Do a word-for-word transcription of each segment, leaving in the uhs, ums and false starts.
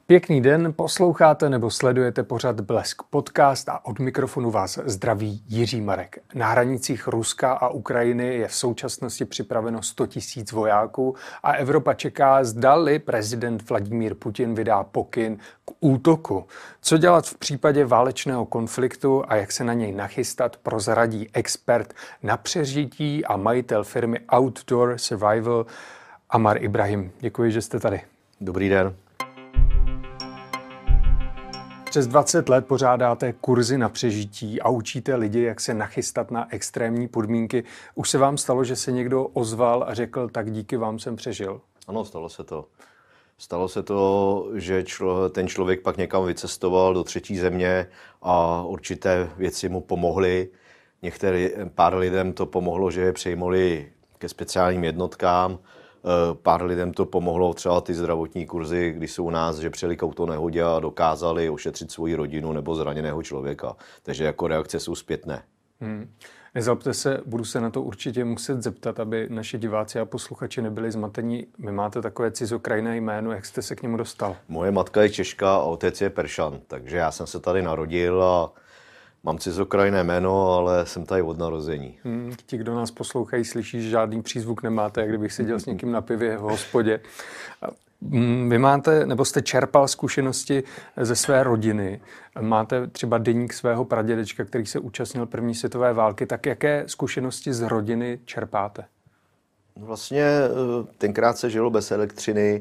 Pěkný den, posloucháte nebo sledujete pořad Blesk podcast a od mikrofonu vás zdraví Jiří Marek. Na hranicích Ruska a Ukrajiny je v současnosti připraveno sto tisíc vojáků a Evropa čeká, zdali prezident Vladimír Putin vydá pokyn k útoku. Co dělat v případě válečného konfliktu a jak se na něj nachystat, prozradí expert na přežití a majitel firmy Outdoor Survival Amar Ibrahim. Děkuji, že jste tady. Dobrý den. Přes dvacet let pořádáte kurzy na přežití a učíte lidi, jak se nachystat na extrémní podmínky. Už se vám stalo, že se někdo ozval a řekl, tak díky vám jsem přežil? Ano, stalo se to. Stalo se to, že člo, ten člověk pak někam vycestoval do třetí země a určité věci mu pomohly. Některý, pár lidem to pomohlo, že je přejmuli ke speciálním jednotkám. Pár lidem to pomohlo třeba ty zdravotní kurzy, když jsou u nás, že přijeli k autonehodě a dokázali ošetřit svoji rodinu nebo zraněného člověka. Takže jako reakce jsou zpětné. Hmm. Nezlobte se, budu se na to určitě muset zeptat, aby naši diváci a posluchači nebyli zmatení. Vy máte takové cizokrajné jméno, jak jste se k němu dostal? Moje matka je Češka a otec je Peršan, takže já jsem se tady narodil a mám cizokrajné jméno, ale jsem tady od narození. Hmm, ti, kdo nás poslouchají, slyší, že žádný přízvuk nemáte, jak kdybych seděl s někým na pivě v hospodě. Vy máte, nebo jste čerpal zkušenosti ze své rodiny. Máte třeba deník svého pradědečka, který se účastnil první světové války. Tak jaké zkušenosti z rodiny čerpáte? Vlastně tenkrát se žilo bez elektřiny.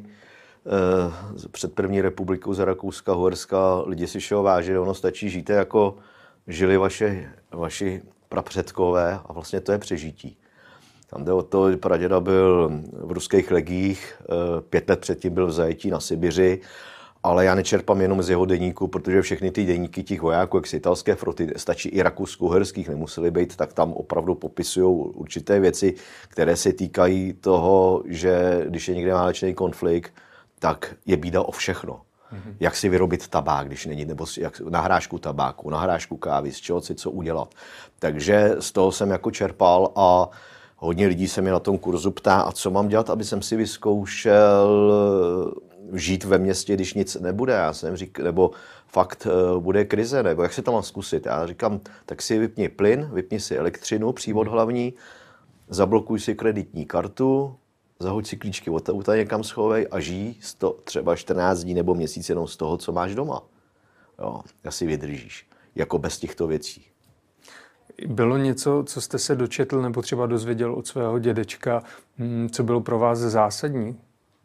Před první republikou za Rakouska-Uherska lidi si všeho vážili. Ono stačí žít jako žili vaše, vaši prapředkové a vlastně to je přežití. Tam jde o to, že praděda byl v ruských legích, pět let předtím byl v zajetí na Sibiři, ale já nečerpám jenom z jeho deníku, protože všechny ty deníky těch vojáků, jak z italské froty, stačí i rakousko-uherských, nemuseli být, tak tam opravdu popisují určité věci, které se týkají toho, že když je někde válečný konflikt, tak je bída o všechno. Mm-hmm. Jak si vyrobit tabák, když není, nebo jak, nahrášku tabáku, nahrášku kávy, z čeho si co udělat. Takže z toho jsem jako čerpal a hodně lidí se mi na tom kurzu ptá, a co mám dělat, aby jsem si vyzkoušel žít ve městě, když nic nebude. Já jsem říkal, nebo fakt bude krize, nebo jak si to mám zkusit. Já říkám, tak si vypni plyn, vypni si elektřinu, přívod hlavní, zablokuj si kreditní kartu, zahoď si klíčky od auta, někam schovej a žij to třeba čtrnáct dní nebo měsíc jenom z toho, co máš doma. Jo, asi vydržíš. Jako bez těchto věcí. Bylo něco, co jste se dočetl nebo třeba dozvěděl od svého dědečka, co bylo pro vás zásadní?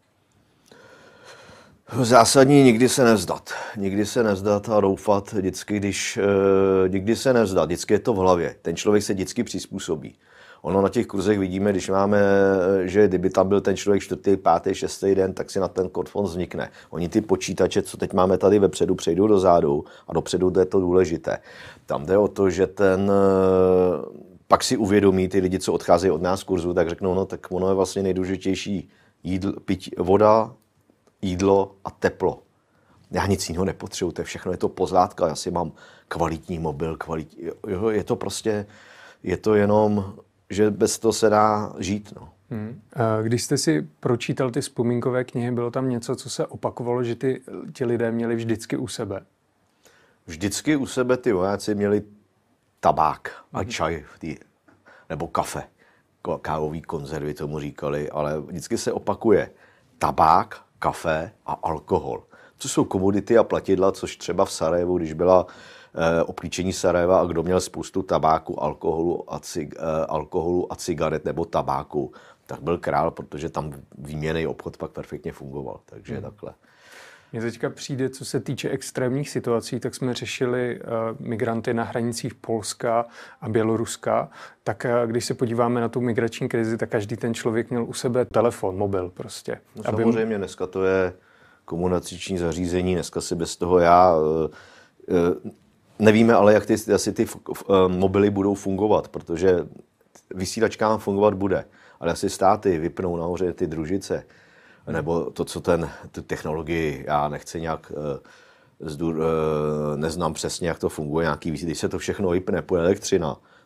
Zásadní nikdy se nevzdat. Nikdy se nevzdat a doufat vždycky, když... Eh, nikdy se nevzdat, vždycky je to v hlavě. Ten člověk se vždycky přizpůsobí. Ono na těch kurzech vidíme, když máme, že kdyby tam byl ten člověk čtvrtý, pátý, šestý den, tak si na ten kodfon vznikne. Oni ty počítače, co teď máme tady vepředu, přejdou dozadu a dopředu je to důležité. Tam jde o to, že ten, pak si uvědomí ty lidi, co odcházejí od nás z kurzu, tak řeknou, no tak ono je vlastně nejdůležitější jídl, pití, voda, jídlo a teplo. Já nic jiného nepotřebuji, to je všechno, je to pozlátka, já si mám kvalitní mobil, kvalitní, jo, je to prostě, je to jenom... že bez toho se dá žít. No. Hmm. Když jste si pročítal ty vzpomínkové knihy, bylo tam něco, co se opakovalo, že ty, ti lidé měli vždycky u sebe? Vždycky u sebe ty vojáci měli tabák a čaj, tý, nebo kafe. Kávový konzervy tomu říkali, ale vždycky se opakuje tabák, kafe a alkohol. Co jsou komodity a platidla, což třeba v Sarajevu, když byla obklíčení Sarajeva a kdo měl spoustu tabáku, alkoholu a, cig, alkoholu a cigaret nebo tabáku, tak byl král, protože tam výměnný obchod pak perfektně fungoval. Takže hmm. takhle. Mně teďka přijde, co se týče extrémních situací, tak jsme řešili uh, migranty na hranicích Polska a Běloruska. Tak uh, když se podíváme na tu migrační krizi, tak každý ten člověk měl u sebe telefon, mobil prostě. No, aby... Samozřejmě, dneska to je komunikační zařízení, dneska si bez toho já... Uh, uh, Nevíme ale, jak ty, asi ty mobily budou fungovat, protože vysílačka fungovat bude. Ale asi státy vypnou nahoře ty družice, nebo to, co ten, tu technologii, já nechci nějak, zdur, neznám přesně, jak to funguje, nějaký, když se to všechno vypne, půjde elektřina,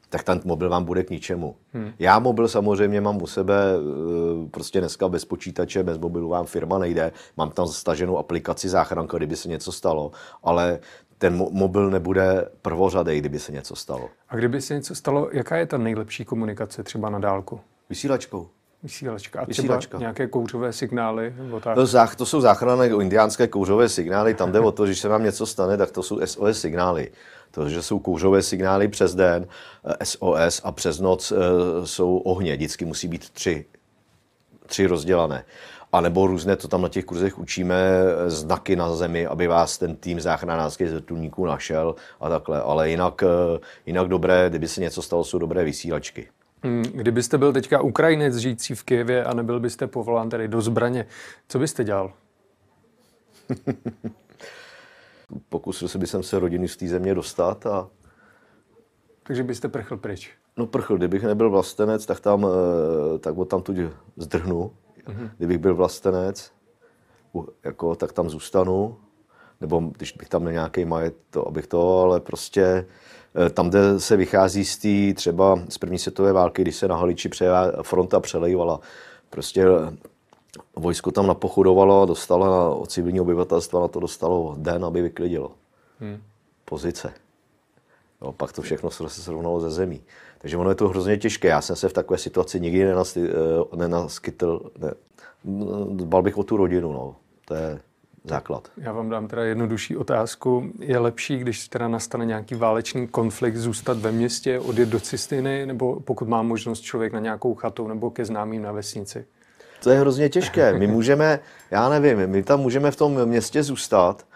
tak ten mobil vám bude k ničemu. Hmm. Já mobil samozřejmě mám u sebe, prostě dneska bez počítače, bez mobilu vám firma nejde, mám tam staženou aplikaci záchranka, kdyby se něco stalo, ale ten mo- mobil nebude prvořadej, kdyby se něco stalo. A kdyby se něco stalo, jaká je ta nejlepší komunikace třeba na dálku? Vysílačkou. Vysílačka. A třeba Vysílačka. nějaké kouřové signály? Nebo tak? To, zách, to jsou záchranné indiánské kouřové signály, tam jde o to, že se vám něco stane, tak to jsou S O S signály. To, že jsou kouřové signály přes den, S O S a přes noc e, jsou ohně, vždycky musí být tři, tři rozdělané. A nebo různé, to tam na těch kurzech učíme, znaky na zemi, aby vás ten tým záchranářských vrtulníků našel a takhle. Ale jinak, jinak dobré, kdyby se něco stalo, jsou dobré vysílačky. Kdybyste byl teďka Ukrajinec žijící v Kyjevě a nebyl byste povolán tedy do zbraně, co byste dělal? Pokusil se bych se rodiny z té země dostat a... Takže byste prchl pryč? No prchl, kdybych nebyl vlastenec, tak tam, tak tam tu zdrhnu. Mm-hmm. Kdybych byl vlastenec, jako, tak tam zůstanu. Nebo když bych tam měl nějaký majet, to abych to, ale prostě tam, kde se vychází z té třeba z první světové války, když se na Haliči fronta přelejvala. Prostě vojsko tam napochodovalo, dostalo od civilního obyvatelstva, na to dostalo den, aby vyklidilo. Hmm. Pozice. No, pak to všechno se srovnalo ze zemí. Takže ono je to hrozně těžké. Já jsem se v takové situaci nikdy nenaskytl. Ne. Dbal bych o tu rodinu. No. To je základ. Já vám dám teda jednodušší otázku. Je lepší, když teda nastane nějaký válečný konflikt, zůstat ve městě, odjet do cistiny, nebo pokud má možnost člověk na nějakou chatu nebo ke známým na vesnici? To je hrozně těžké. My můžeme, já nevím, my tam můžeme v tom městě zůstat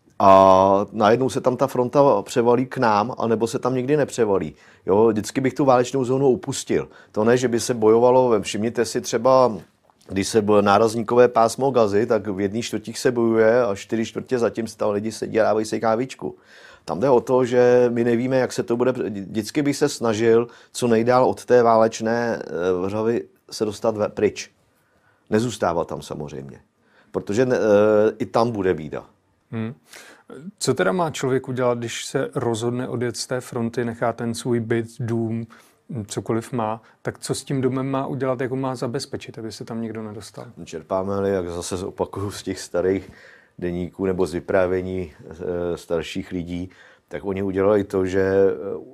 a najednou se tam ta fronta převalí k nám, anebo se tam nikdy nepřevalí. Jo, vždycky bych tu válečnou zónu opustil. To ne, že by se bojovalo, všimněte si třeba, když se bylo nárazníkové pásmo Gazy, tak v jedných čtvrtích se bojuje a čtyři čtvrtě zatím tam lidi sedí a dávají si kávičku. Tam jde o to, že my nevíme, jak se to bude. Vždycky bych se snažil co nejdál od té válečné vřavy se dostat pryč. Nezůstávat tam samozřejmě, protože ne, e, i tam bude bída. Hmm. Co teda má člověk udělat, když se rozhodne odjet z té fronty, nechá ten svůj byt, dům, cokoliv má, tak co s tím domem má udělat, jako má zabezpečit, aby se tam nikdo nedostal? Čerpáme-li, jak zase opakuju z těch starých deníků nebo z vyprávění e, starších lidí, tak oni udělali to, že e,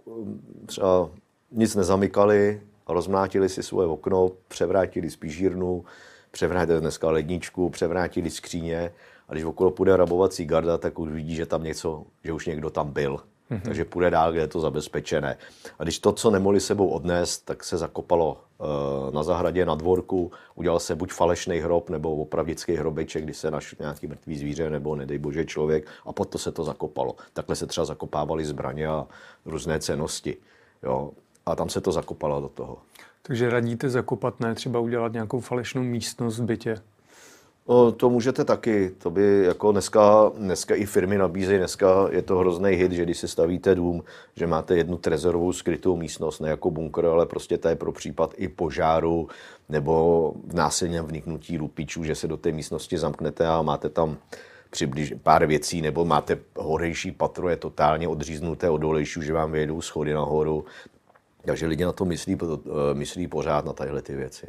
třeba nic nezamykali, rozmlátili si svoje okno, převrátili spížírnu, převrátili dneska ledničku, převrátili skříně a když okolo půjde rabovací garda, tak už vidí, že tam něco, že už někdo tam byl. Mm-hmm. Takže půjde dál, kde je to zabezpečené. A když to, co nemohli sebou odnést, tak se zakopalo e, na zahradě, na dvorku, udělal se buď falešný hrob, nebo opravdický hrobeček, kdy se našel nějaký mrtvý zvíře, nebo nedej bože člověk, a potom se to zakopalo. Takhle se třeba zakopávaly zbraně a různé cennosti. Jo? A tam se to zakopalo do toho. Takže radíte zakopat, ne třeba udělat nějakou falešnou místnost v bytě? O, to můžete taky. To by jako dneska, dneska i firmy nabízejí, dneska je to hrozný hit, že když si stavíte dům, že máte jednu trezorovou skrytou místnost, ne jako bunkr, ale prostě to je pro případ i požáru nebo v násilném vniknutí lupičů, že se do té místnosti zamknete a máte tam přibliž pár věcí, nebo máte horejší patro, je totálně odříznuté od dolejšů, že vám vyjedou schody nahoru. Takže lidi na to myslí, myslí pořád na tadyhle ty věci.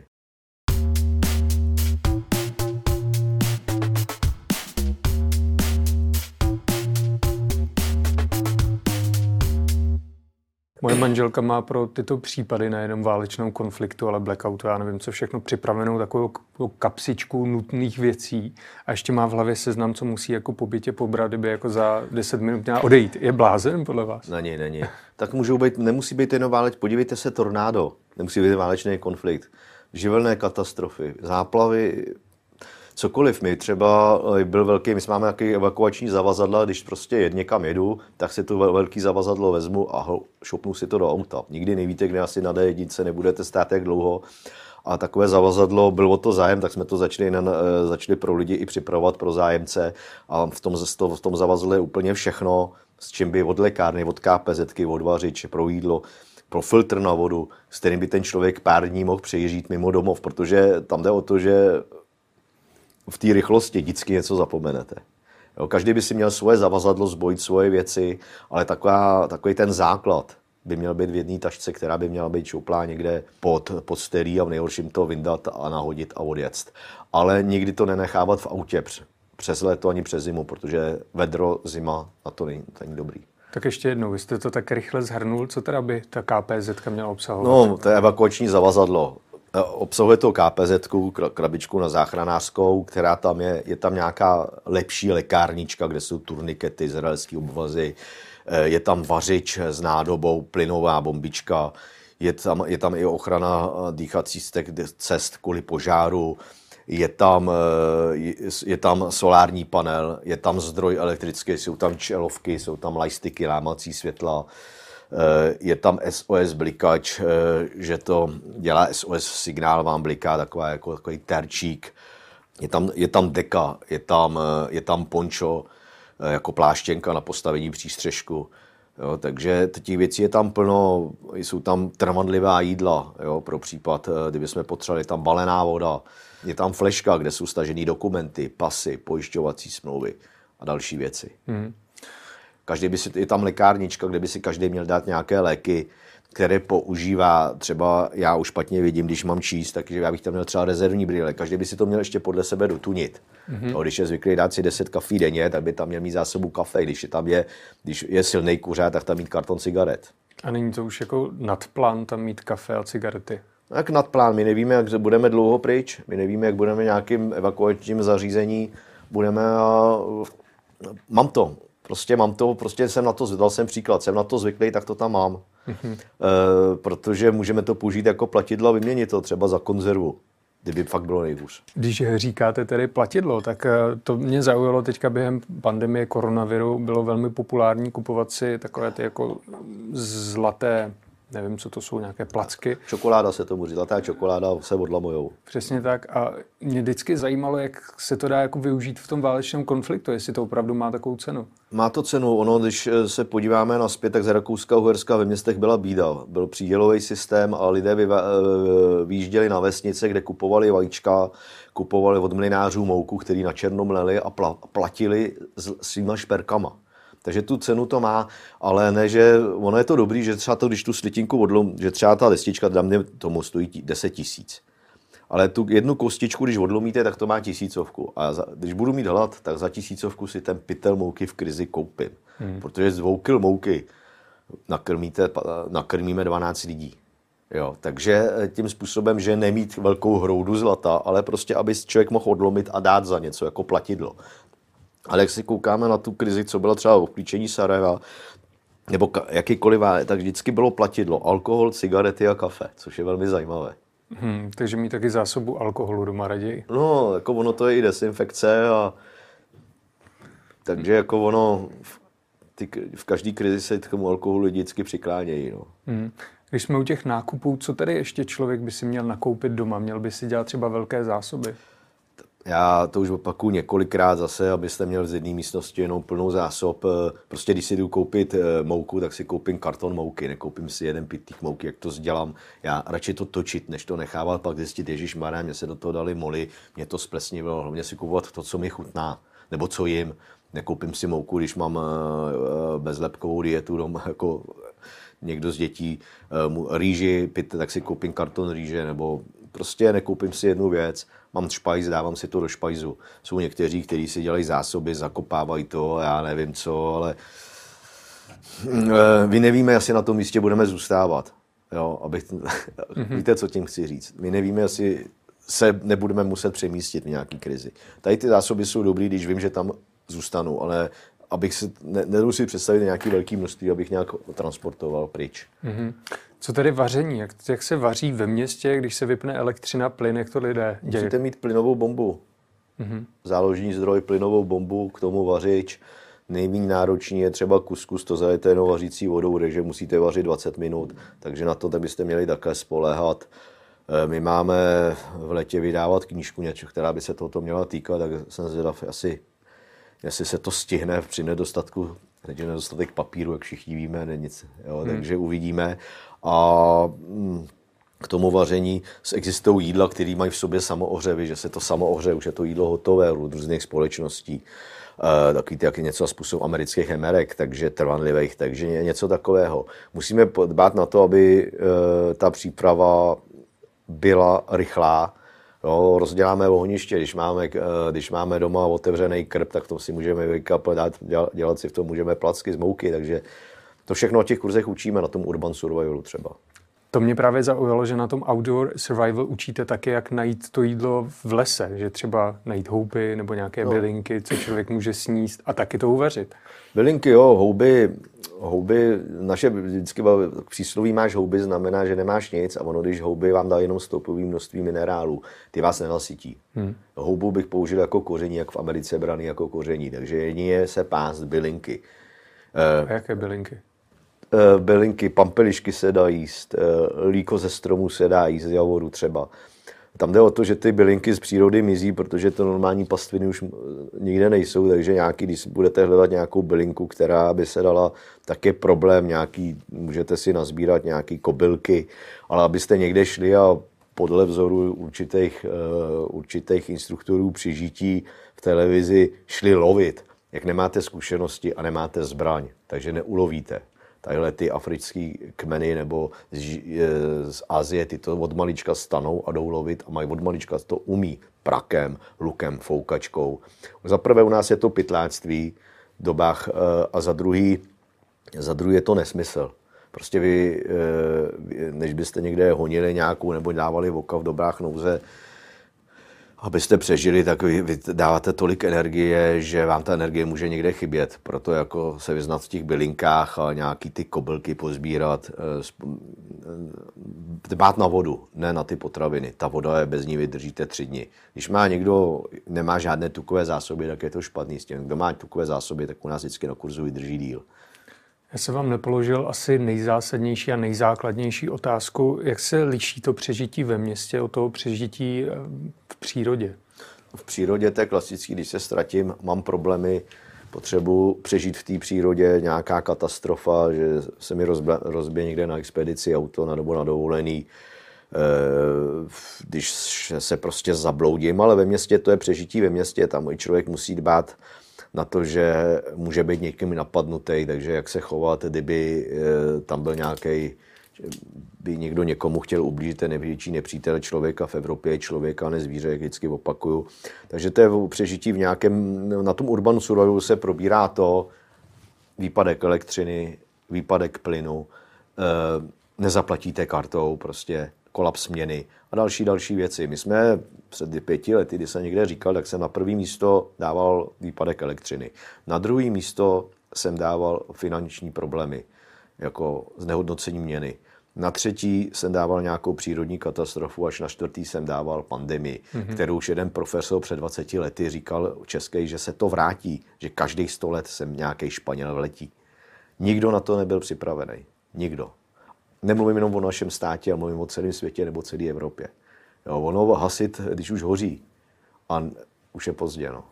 Moje manželka má pro tyto případy nejenom válečnou konfliktu, ale blackoutu, já nevím, co všechno připravenou takovou kapsičku nutných věcí a ještě má v hlavě seznam, co musí jako po bytě pobrat, kdyby jako za deset minut měla odejít. Je blázen podle vás? Není, není. Tak můžou být, nemusí být jenom váleč, podívejte se, tornádo, nemusí být válečný konflikt, živelné katastrofy, záplavy, cokoliv. My třeba byl velký, my jsme máme nějaký evakuační zavazadla, když prostě jed někam jedu, tak si to velký zavazadlo vezmu a šopnu si to do auta. Nikdy nevíte, kde asi na dé jedničce nebudete stát jak dlouho. A takové zavazadlo, byl o to zájem, tak jsme to začali, na, začali pro lidi i připravovat pro zájemce. A v tom, v tom zavazadlu je úplně všechno, s čím by od lékárny, od ká pé zetky, od vařiče, pro jídlo, pro filtr na vodu, s kterým by ten člověk pár dní mohl přejít mimo domov, protože tam jde o to, že v té rychlosti vždycky něco zapomenete. Jo, každý by si měl svoje zavazadlo, zbojit svoje věci, ale taková, takový ten základ, by měl být v jedné tašce, která by měla být šouplá někde pod, pod stelí a v nejhorším to vyndat a nahodit a odjet. Ale nikdy to nenechávat v autě přes léto ani přes zimu, protože vedro, zima, a to není, to není dobrý. Tak ještě jednou, vy jste to tak rychle zhrnul, co teda by ta K P Z měla obsahovat? No, to je evakuační zavazadlo. Obsahuje to K P Z, krabičku na záchranářskou, která tam je, je tam nějaká lepší lékárnička, kde jsou turnikety, izraelský obvazy, je tam vařič s nádobou, plynová bombička, je tam, je tam i ochrana dýchací cest kvůli požáru, je tam, je tam solární panel, je tam zdroj elektrický, jsou tam čelovky, jsou tam lightsticky, lámací světla, je tam S O S blikač, že to dělá S O S signál, vám bliká taková, jako takový terčík. Je tam, je tam deka, je tam, je tam pončo, jako pláštěnka na postavení přístřežku. Jo, takže těch věcí je tam plno, jsou tam trvanlivá jídla, jo, pro případ, kdyby jsme potřebovali, tam balená voda. Je tam fleška, kde jsou stažený dokumenty, pasy, pojišťovací smlouvy a další věci. Hmm. Každý by si, je tam lékárnička, kde by si každý měl dát nějaké léky, které používá. Třeba já už špatně vidím, když mám číst, takže já bych tam měl třeba rezervní brýle. Každý by si to měl ještě podle sebe dotunit. Mm-hmm. No, když je zvyklý dát si deset kafí denně, tak by tam měl mít zásobu kafe. Když je tam je, když je silný kuřák, tak tam mít karton cigaret. A není to už jako nadplán tam mít kafe a cigarety? Tak nadplán. My nevíme, jak budeme dlouho pryč. My nevíme, jak budeme v nějakým evakuačním zařízení. Budeme a... Mám to. Prostě mám to, prostě jsem na to, dal jsem příklad, jsem na to zvyklý, tak to tam mám. Mm-hmm. E, protože můžeme to použít jako platidlo a vyměnit to třeba za konzervu, kdyby fakt bylo nejhůř. Když říkáte tedy platidlo, tak to mě zaujalo teďka během pandemie koronaviru, bylo velmi populární kupovat si takové ty jako zlaté, nevím, co to jsou, nějaké placky. Čokoláda se tomu říká, zlatá čokoláda se odlamujou. Přesně tak. A mě vždycky zajímalo, jak se to dá jako využít v tom válečném konfliktu, jestli to opravdu má takovou cenu. Má to cenu. Ono, když se podíváme naspět, tak za Rakouska a Uherska ve městech byla bída. Byl přídělový systém a lidé vyjížděli na vesnice, kde kupovali vajíčka, kupovali od mlynářů mouku, který na černo mleli a platili svýma šperkama. Takže tu cenu to má, ale ne, že ono je to dobrý, že třeba to, když tu slitinku odlom, že třeba ta listička tam mě tomu stojí deset tisíc. Ale tu jednu kostičku, když odlomíte, tak to má tisícovku. A za, když budu mít hlad, tak za tisícovku si ten pytel mouky v krizi koupím. Hmm. Protože z dvou kil mouky nakrmíte, nakrmíme dvanáct lidí. Jo, takže tím způsobem, že nemít velkou hroudu zlata, ale prostě, aby člověk mohl odlomit a dát za něco, jako platidlo. Ale jak si koukáme na tu krizi, co byla třeba obklíčení Sarajeva, nebo jakýkoliv, tak vždycky bylo platidlo, alkohol, cigarety a kafe, což je velmi zajímavé. Hmm, takže mít taky zásobu alkoholu doma raději. No, jako ono to je i desinfekce a takže jako ono v, ty, v každé krizi se k tomu alkoholu lidi vždycky přiklánějí. No. Hmm. Když jsme u těch nákupů, co tedy ještě člověk by si měl nakoupit doma? Měl by si dělat třeba velké zásoby? Já to už opakuju několikrát zase, abyste měl z jedné místnosti jenom plnou zásob. Prostě když si jdu koupit mouku, tak si koupím karton mouky, nekoupím si jeden pytlík mouky, jak to dělám. Já radši to točit, než to nechávat, pak zjistit, ježišmarja, mě se do toho dali moly, mě to splesnilo, hlavně si kupovat to, co mi chutná, nebo co jim. Nekoupím si mouku, když mám bezlepkovou dietu doma, jako někdo z dětí, rýži, tak si koupím karton rýže, nebo prostě nekoupím si jednu věc, mám špajz, dávám si to do špajzu. Jsou někteří, kteří si dělají zásoby, zakopávají to, já nevím co, ale vy nevíme, jestli na tom místě budeme zůstávat. Jo, abych... mm-hmm. Víte, co tím chci říct. My nevíme, jestli se nebudeme muset přemístit v nějaký krizi. Tady ty zásoby jsou dobrý, když vím, že tam zůstanu, ale abych si, ne, nedovedu si představit nějaké velké množství, abych nějak transportoval pryč. Mm-hmm. Co tedy vaření? Jak, jak se vaří ve městě, když se vypne elektřina, plyn, jak to lidé dějí? Musíte mít plynovou bombu. Mm-hmm. Záložní zdroj, plynovou bombu, k tomu vařič. Nejméně náročný je třeba kuskus, to zajete jenom vařící vodou, takže musíte vařit dvacet minut, takže na to tak byste měli také spoléhat. My máme v létě vydávat knížku, něco, která by se tohoto měla týkat, tak jsem zvědav asi, jestli se to stihne při nedostatku, takže nedostatek papíru, jak všichni víme, není nic, jo, hmm. takže uvidíme. A k tomu vaření existují jídla, které mají v sobě samoohřevy, že se to samoohře, už je to jídlo hotové od různých společností. Uh, takový ty, jak něco způsob amerických emerek, takže trvanlivých, takže něco takového. Musíme dbát na to, aby uh, ta příprava byla rychlá. Jo, rozděláme ohniště, když máme, uh, když máme doma otevřený krb, tak to si můžeme vykapat, dělat, dělat si v tom můžeme placky z mouky, takže to všechno o těch kurzech učíme na tom Urban Survivalu třeba. To mě právě zaujalo, že na tom Outdoor Survival učíte taky, jak najít to jídlo v lese, že třeba najít houby nebo nějaké no. bylinky, co člověk může sníst a taky to uvařit. Bylinky, jo, houby, houby, naše vždycky přísloví máš houby znamená, že nemáš nic a ono, když houby vám dá jenom stopové množství minerálů, ty vás nenasytí. Hmm. Houbu bych použil jako koření, jak v Americe braný jako koření, takže jedině se pást bylinky. A jaké bylinky? Bylinky, pampelišky se dá jíst, líko ze stromu se dá jíst, z javoru třeba. Tam jde o to, že ty bylinky z přírody mizí, protože to normální pastviny už nikde nejsou, takže nějaký, když budete hledat nějakou bylinku, která by se dala, tak je problém nějaký, můžete si nazbírat nějaký kobylky, ale abyste někde šli a podle vzoru určitých, určitých instruktorů při v televizi šli lovit, jak nemáte zkušenosti a nemáte zbraň, takže neulovíte. Tadyhle ty africké kmeny nebo z, z Asie, ty to od malička stanou a jdou lovit a mají od malička to umí prakem, lukem, foukačkou. Za prvé u nás je to pytláctví v dobách a za druhý, za druhý je to nesmysl. Prostě vy, než byste někde honili nějakou nebo dávali voka v dobách nouze, abyste přežili, tak vy, vy dáváte tolik energie, že vám ta energie může někde chybět. Proto jako se vyznat v těch bylinkách a nějaký ty kobylky pozbírat, dbát na vodu, ne na ty potraviny. Ta voda je, bez ní vydržíte tři dny. Když má někdo, nemá žádné tukové zásoby, tak je to špatný s tím. Kdo má tukové zásoby, tak u nás vždycky na kurzu vydrží díl. Já jsem vám nepoložil asi nejzásadnější a nejzákladnější otázku. Jak se liší to přežití ve městě od toho přežití v přírodě? V přírodě to je klasický, když se ztratím, mám problémy, potřebuji přežít v té přírodě, nějaká katastrofa, že se mi rozbě, rozbije někde na expedici auto na dobu na dovolený, když se prostě zabloudím, ale ve městě to je přežití ve městě, tam i člověk musí dbát na to, že může být někým napadnutý, takže jak se chovat, kdyby tam byl nějaký, by někdo někomu chtěl ublížit, ten největší nepřítel člověka v Evropě je člověka, ne zvíře, jak vždycky opakuju. Takže to je přežití v nějakém, na tom Urban Survivalu se probírá to, výpadek elektřiny, výpadek plynu, nezaplatíte kartou, prostě kolaps směny a další, další věci. My jsme před pěti lety, kdy jsem někde říkal, tak jsem na první místo dával výpadek elektřiny. Na druhé místo jsem dával finanční problémy, jako znehodnocení měny. Na třetí jsem dával nějakou přírodní katastrofu, až na čtvrtý jsem dával pandemii, mm-hmm. kterou už jeden profesor před dvaceti lety říkal český, že se to vrátí, že každých sto let sem nějaký Španěl vletí. Nikdo na to nebyl připravený. Nikdo. Nemluvím jenom o našem státě, ale mluvím o celém světě nebo celé Evropě. Jo, ono hasit, když už hoří. A už je pozdě, no.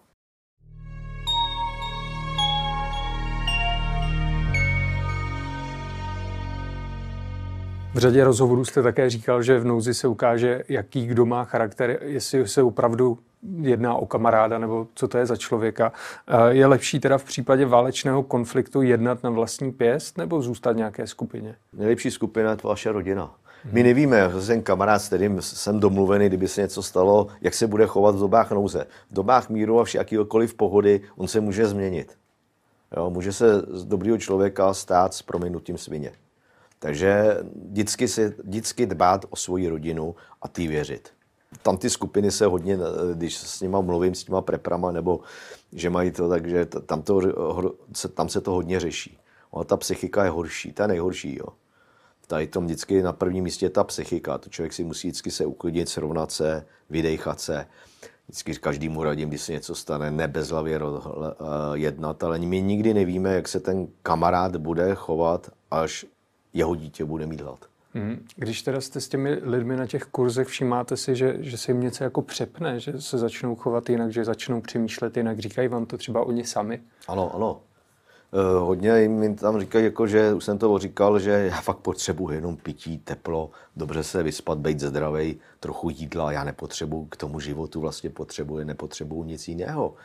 V řadě rozhovorů jste také říkal, že v nouzi se ukáže, jaký kdo má charakter, jestli se opravdu jedná o kamaráda nebo co to je za člověka. Je lepší teda v případě válečného konfliktu jednat na vlastní pěst nebo zůstat v nějaké skupině? Nejlepší skupina je vaše rodina. My nevíme, jak jsem kamarád, s kterým jsem domluvený, kdyby se něco stalo, jak se bude chovat v dobách nouze. V dobách míru a jakýkoliv pohody on se může změnit. Jo, může se z dobrého člověka stát s prominutím svině. Takže vždycky, si, vždycky dbát o svoji rodinu a tý věřit. Tam ty skupiny se hodně, když s nima mluvím, s těma preprama, nebo že mají to, takže tam, to, tam se to hodně řeší. Ona ta psychika je horší, ta je nejhorší. Jo. Tady tom vždycky na prvním místě je ta psychika. To člověk si musí vždycky se uklidnit, srovnat se, vydejchat se. Vždycky každému radím, když se něco stane, ne bezhlavě jednat, ale my nikdy nevíme, jak se ten kamarád bude chovat, až jeho dítě bude mít hlad. Když teda jste s těmi lidmi na těch kurzech, všímáte si, že, že se jim něco jako přepne, že se začnou chovat jinak, že začnou přemýšlet jinak, říkají vám to třeba oni sami? Ano, ano. Eh, hodně jim tam říkají, jako, že už jsem to říkal, že já fakt potřebuji jenom pití, teplo, dobře se vyspat, být zdravej, trochu jídla, já nepotřebuji k tomu životu vlastně potřebuji, nepotřebuji nic jiného.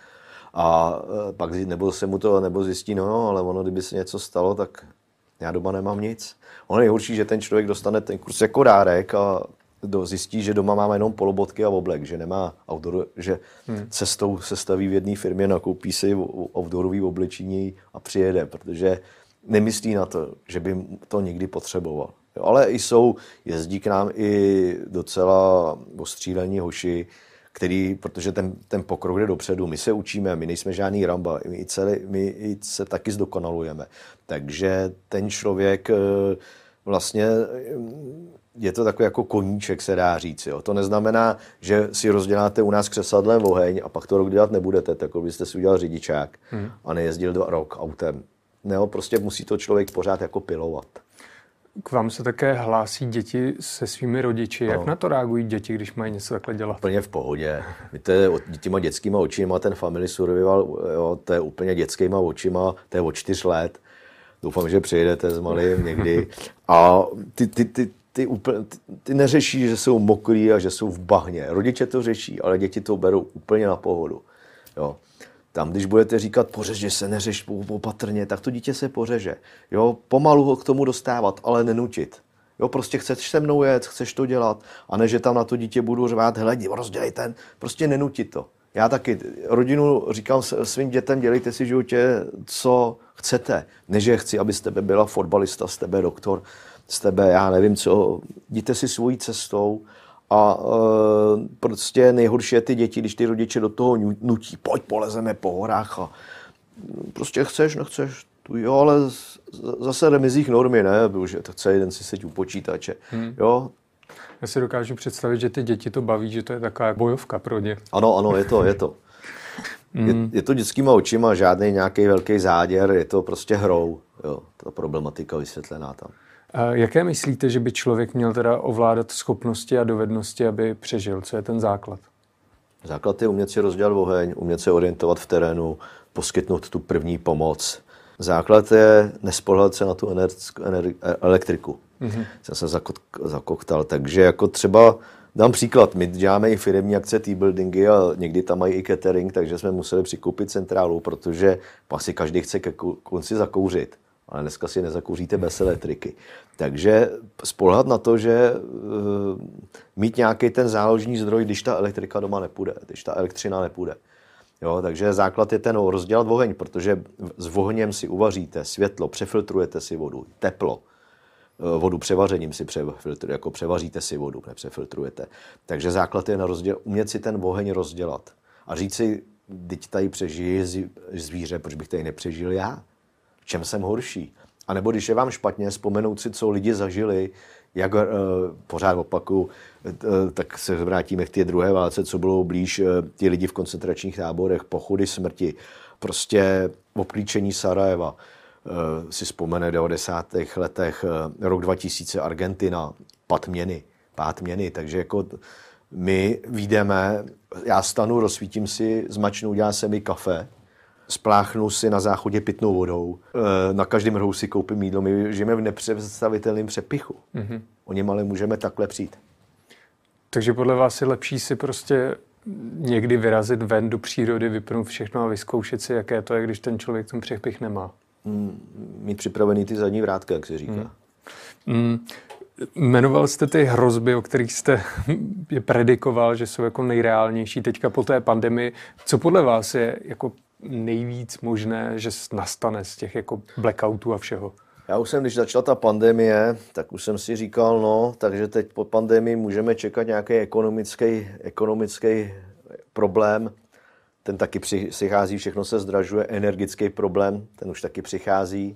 A pak nebo se mu to nebo zjistí, no, no, ale ono, kdyby se něco stalo, tak já doma nemám nic. Ono je nejhorší, že ten člověk dostane ten kurz jako dárek a zjistí, že doma máme jenom polobotky a oblek, že nemá outdoor, že hmm. cestou se staví v jedné firmě, nakoupí si outdoorový oblečení a přijede, protože nemyslí na to, že by to někdy potřeboval. Jo, ale jsou, jezdí k nám i docela ostřílení hoši, který, protože ten, ten pokrok jde dopředu, my se učíme, my nejsme žádný Ramba, my, celý, my se taky zdokonalujeme. Takže ten člověk vlastně je to takový jako koníček, se dá říct. Jo. To neznamená, že si rozděláte u nás křesadlem oheň a pak to rok dělat nebudete, tak byste si udělal řidičák hmm. a nejezdil dva rok autem. No, prostě musí to člověk pořád jako pilovat. K vám se také hlásí děti se svými rodiči. Jak no. na to reagují děti, když mají něco takhle dělat? Úplně v pohodě. Víte, těma dětskýma očima ten Family Survival, jo, to je úplně dětskýma očima, to je od čtyř let. Doufám, že přijedete s malým někdy. A ty, ty, ty, ty, úplně, ty, ty neřeší, že jsou mokrý a že jsou v bahně. Rodiče to řeší, ale děti to berou úplně na pohodu. Jo. Tam, když budete říkat, pořeže se, neřeš opatrně, tak to dítě se pořeže. Jo, pomalu ho k tomu dostávat, ale nenutit. Jo, prostě chceš se mnou jet, chceš to dělat, a ne, že tam na to dítě budu řvát, hele, rozdělej ten, prostě nenutit to. Já taky rodinu říkám svým dětem, dělejte si v životě, co chcete. Ne, že chci, aby z tebe byla fotbalista, z tebe doktor, z tebe, já nevím co, jděte si svojí cestou. A e, prostě nejhorší je ty děti, když ty rodiče do toho nutí, pojď, polezeme po horách a prostě chceš, nechceš, tu, jo, ale zase remizích normy, ne, že to chce jeden si sedět u počítače, hmm. jo. Já si dokážu představit, že ty děti to baví, že to je taková bojovka pro ně. Ano, ano, je to, je to. Je, je to dětskýma očima, žádný nějaký velký záděr, je to prostě hrou, jo, ta problematika vysvětlená tam. A jaké myslíte, že by člověk měl teda ovládat schopnosti a dovednosti, aby přežil? Co je ten základ? Základ je umět si rozdělat oheň, umět se orientovat v terénu, poskytnout tu první pomoc. Základ je nespoléhat se na tu ener- ener- elektriku. Mm-hmm. Jsem se zakok- zakoktal, takže jako třeba dám příklad, my děláme i firemní akce, teambuildingy a někdy tam mají i catering, takže jsme museli přikoupit centrálu, protože pak si každý chce ke konci zakouřit. Ale dneska si nezakouříte bez elektriky. Takže spoléhat na to, že uh, mít nějaký ten záložní zdroj, když ta elektrika doma nepůjde, když ta elektřina nepůjde. Jo, takže základ je ten rozdělat oheň, protože s ohněm si uvaříte světlo, přefiltrujete si vodu, teplo. Vodu převařením si přefiltrujete, jako převaříte si vodu, nepřefiltrujete. Takže základ je na rozděl, umět si ten oheň rozdělat. A říct si, teď tady přežije zvíře, proč bych tady nepřežil já? V čem jsem horší? A nebo když je vám špatně, vzpomenout si, co lidi zažili, jak uh, pořád opakuju, uh, tak se vrátíme k té druhé válce, co bylo blíž, uh, ti lidi v koncentračních táborech, pochody smrti, prostě obklíčení Sarajeva, uh, si vzpomene v devadesátých letech, uh, rok dva tisíce Argentina, pad měny, pád měny, takže jako my vyjdeme, já stanu, rozsvítím si, zmačnu, udělám se mi kafe, spláchnu si na záchodě pitnou vodou, na každém rohu si koupím jídlo. My žijeme v nepředstavitelném přepichu. Mm-hmm. O něm ale můžeme takhle přijít. Takže podle vás je lepší si prostě někdy vyrazit ven do přírody, vypnout všechno a vyzkoušet si, jaké to je, když ten člověk ten přepich nemá? Mm, mít připravený ty zadní vrátka, jak se říká. Mm. Mm. Jmenoval jste ty hrozby, o kterých jste je predikoval, že jsou jako nejreálnější teďka po té pandemii. Co podle vás je jako nejvíc možné, že nastane z těch jako blackoutů a všeho? Já už jsem, když začala ta pandemie, tak už jsem si říkal, no, takže teď po pandemii můžeme čekat nějaký ekonomický, ekonomický problém. Ten taky přichází, všechno se zdražuje, energický problém, ten už taky přichází.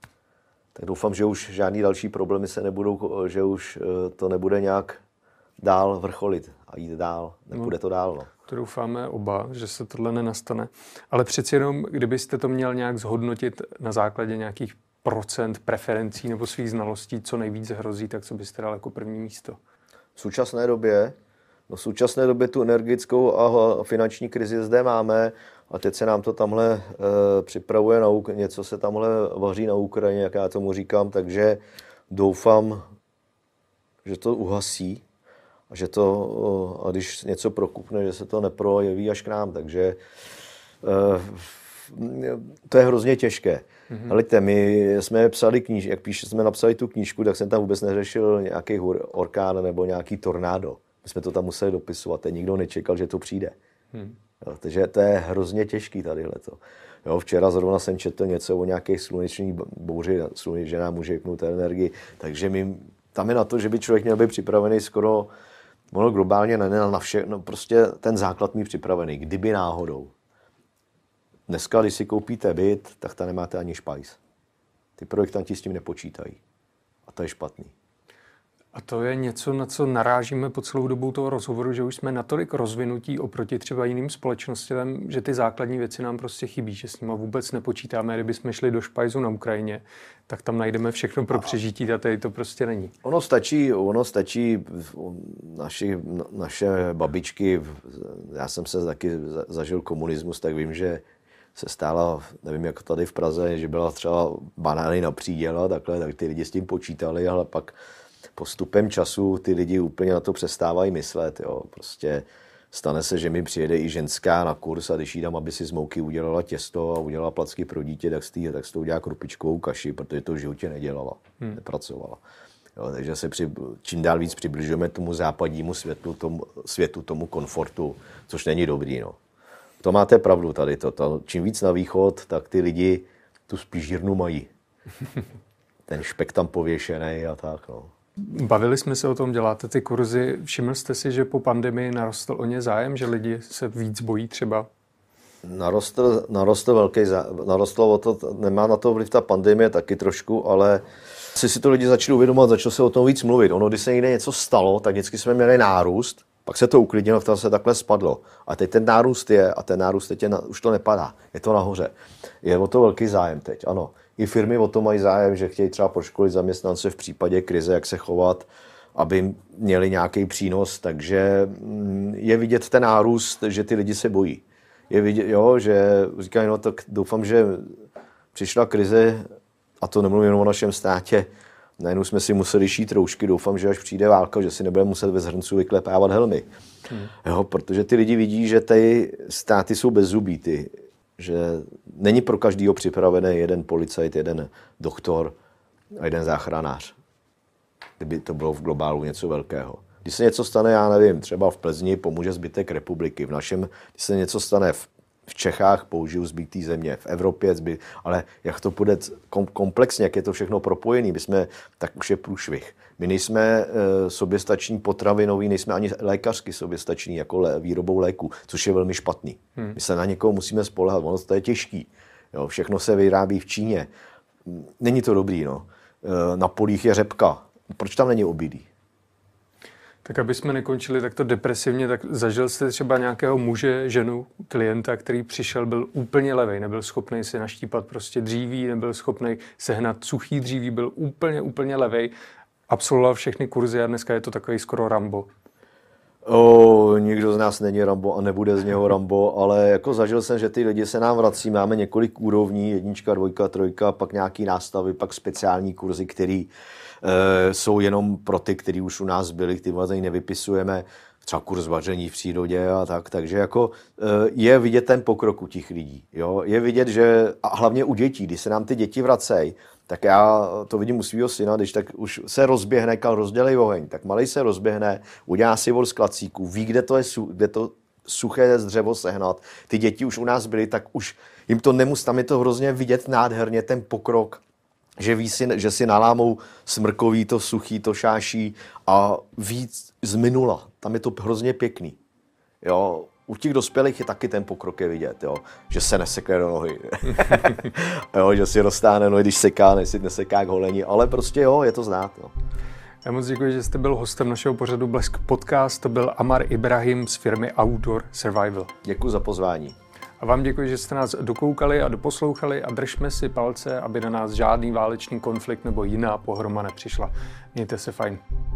Tak doufám, že už žádný další problémy se nebudou, že už to nebude nějak dál vrcholit a jít dál. Nepůjde to dál, no. To doufáme oba, že se tohle nenastane. Ale přeci jenom, kdybyste to měl nějak zhodnotit na základě nějakých procent preferencí nebo svých znalostí, co nejvíc hrozí, tak co byste dal jako první místo? V současné době, no v současné době tu energickou a finanční krizi zde máme a teď se nám to tamhle e, připravuje, na, něco se tamhle vaří na Ukrajině, jak já tomu říkám, takže doufám, že to uhasí. A že to, a když něco prokupne, že se to neprojeví až k nám, takže to je hrozně těžké. Mm-hmm. Hleďte, my jsme psali knížku, jak píš, jsme napsali tu knížku, tak jsem tam vůbec neřešil nějaký orkán nebo nějaký tornádo. My jsme to tam museli dopisovat a nikdo nečekal, že to přijde. Mm. Jo, takže to je hrozně těžký tadyhleto. Jo, včera zrovna jsem četl něco o nějaké sluneční bouři, že nám může vypnout energii, takže my, tam je na to, že by člověk měl být připravený skoro, ono globálně ne, na vše, no prostě ten základ mít připravený, kdyby náhodou. Dneska, když si koupíte byt, tak tam nemáte ani špajs. Ty projektanti s tím nepočítají. A to je špatný. A to je něco, na co narážíme po celou dobu toho rozhovoru, že už jsme natolik rozvinutí oproti třeba jiným společnostem, že ty základní věci nám prostě chybí, že s nima vůbec nepočítáme. Kdybychom šli do špajzu na Ukrajině, tak tam najdeme všechno pro přežití a tady to prostě není. Ono stačí, ono stačí naši, naše babičky, já jsem se taky zažil komunismus, tak vím, že se stála, nevím, jak tady v Praze, že byla třeba banány na příděl a takhle, tak ty lidi s tím počítali, ale pak postupem času ty lidi úplně na to přestávají myslet. Jo. Prostě stane se, že mi přijede i ženská na kurz a když jí dám, aby si z mouky udělala těsto a udělala placky pro dítě, tak z toho tak udělá krupičkovou kaši, protože to v životě nedělala, hmm. nepracovala. Jo, takže se při, čím dál víc přibližujeme tomu západnímu světu, tomu, světu, tomu komfortu, což není dobrý. No. To máte pravdu tady. To, to, čím víc na východ, tak ty lidi tu spíš žírnu mají. Ten špek tam pověšený a tak. No. Bavili jsme se o tom, děláte ty kurzy. Všiml jste si, že po pandemii narostl o ně zájem, že lidi se víc bojí třeba? Narostl, narostl velký zájem. Narostlo o to, nemá na to vliv ta pandemie taky trošku, ale si si to lidi začali uvědomovat, začalo se o tom víc mluvit. Ono, když se někde něco stalo, tak vždycky jsme měli nárůst, pak se to uklidnilo, v se takhle spadlo. A teď ten nárůst je, a ten nárůst teď je na, už to nepadá, je to nahoře. Je o to velký zájem teď, ano. I firmy o to mají zájem, že chtějí třeba proškolit zaměstnance v případě krize, jak se chovat, aby měli nějaký přínos, takže je vidět ten nárůst, že ty lidi se bojí. Je vidět, jo, že říkají, no tak doufám, že přišla krize, a to nemluvím jenom o našem státě, najednou jsme si museli šít roušky, doufám, že až přijde válka, že si nebudeme muset bez hrnců vyklepávat helmy. Hmm. Jo, protože ty lidi vidí, že ty státy jsou bezzubí, ty, že není pro každýho připravený jeden policajt, jeden doktor a jeden záchranář. Kdyby to bylo v globálu něco velkého. Když se něco stane, já nevím, třeba v Plzni pomůže zbytek republiky, v našem, když se něco stane v, v Čechách, použiju zbytý země, v Evropě, zbyt, ale jak to půjde kom, komplexně, jak je to všechno propojené, my jsme, tak už je průšvih. My nejsme e, soběstační potravinový, nejsme ani lékařsky soběstační jako lé, výrobou léku, což je velmi špatný. Hmm. My se na někoho musíme spoléhat, ono to je těžký. Jo, všechno se vyrábí v Číně. Není to dobrý, no. E, na polích je řepka. Proč tam není obilí? Tak aby jsme nekončili takto depresivně, tak zažil jste třeba nějakého muže, ženu, klienta, který přišel, byl úplně levej, nebyl schopný si naštípat prostě dříví, nebyl schopný sehnat suchý dříví, byl úplně, úplně levej, absolvoval všechny kurzy a dneska je to takový skoro Rambo. O, nikdo z nás není Rambo a nebude z něho Rambo, ale jako zažil jsem, že ty lidi se nám vrací, máme několik úrovní, jednička, dvojka, trojka, pak nějaký nástavy, pak speciální kurzy, které e, jsou jenom pro ty, kteří už u nás byli, který vlastně nevypisujeme, třeba kurz vaření v přírodě a tak, takže jako e, je vidět ten pokrok u těch lidí, jo? Je vidět, že a hlavně u dětí, když se nám ty děti vracejí, tak já to vidím u svého syna, když tak už se rozběhne, kal rozdělej oheň, tak malej se rozběhne, udělá si vor z klacíků, ví, kde to je kde to suché dřevo sehnat. Ty děti už u nás byly, tak už jim to nemusí, tam je to hrozně vidět nádherně, ten pokrok, že ví si, že si nalámou smrkový, to suchý, to šáší a víc z minula. Tam je to hrozně pěkný. Jo. U těch dospělých je taky ten pokrok je vidět, jo? Že se nesekne do nohy, jo? Že si roztáhne nohy, když seká, než neseká k holení, ale prostě jo, je to znát. Jo. Já moc děkuji, že jste byl hostem našeho pořadu Blesk Podcast, to byl Amar Ibrahim z firmy Outdoor Survival. Děkuji za pozvání. A vám děkuji, že jste nás dokoukali a doposlouchali a držme si palce, aby na nás žádný válečný konflikt nebo jiná pohroma nepřišla. Mějte se fajn.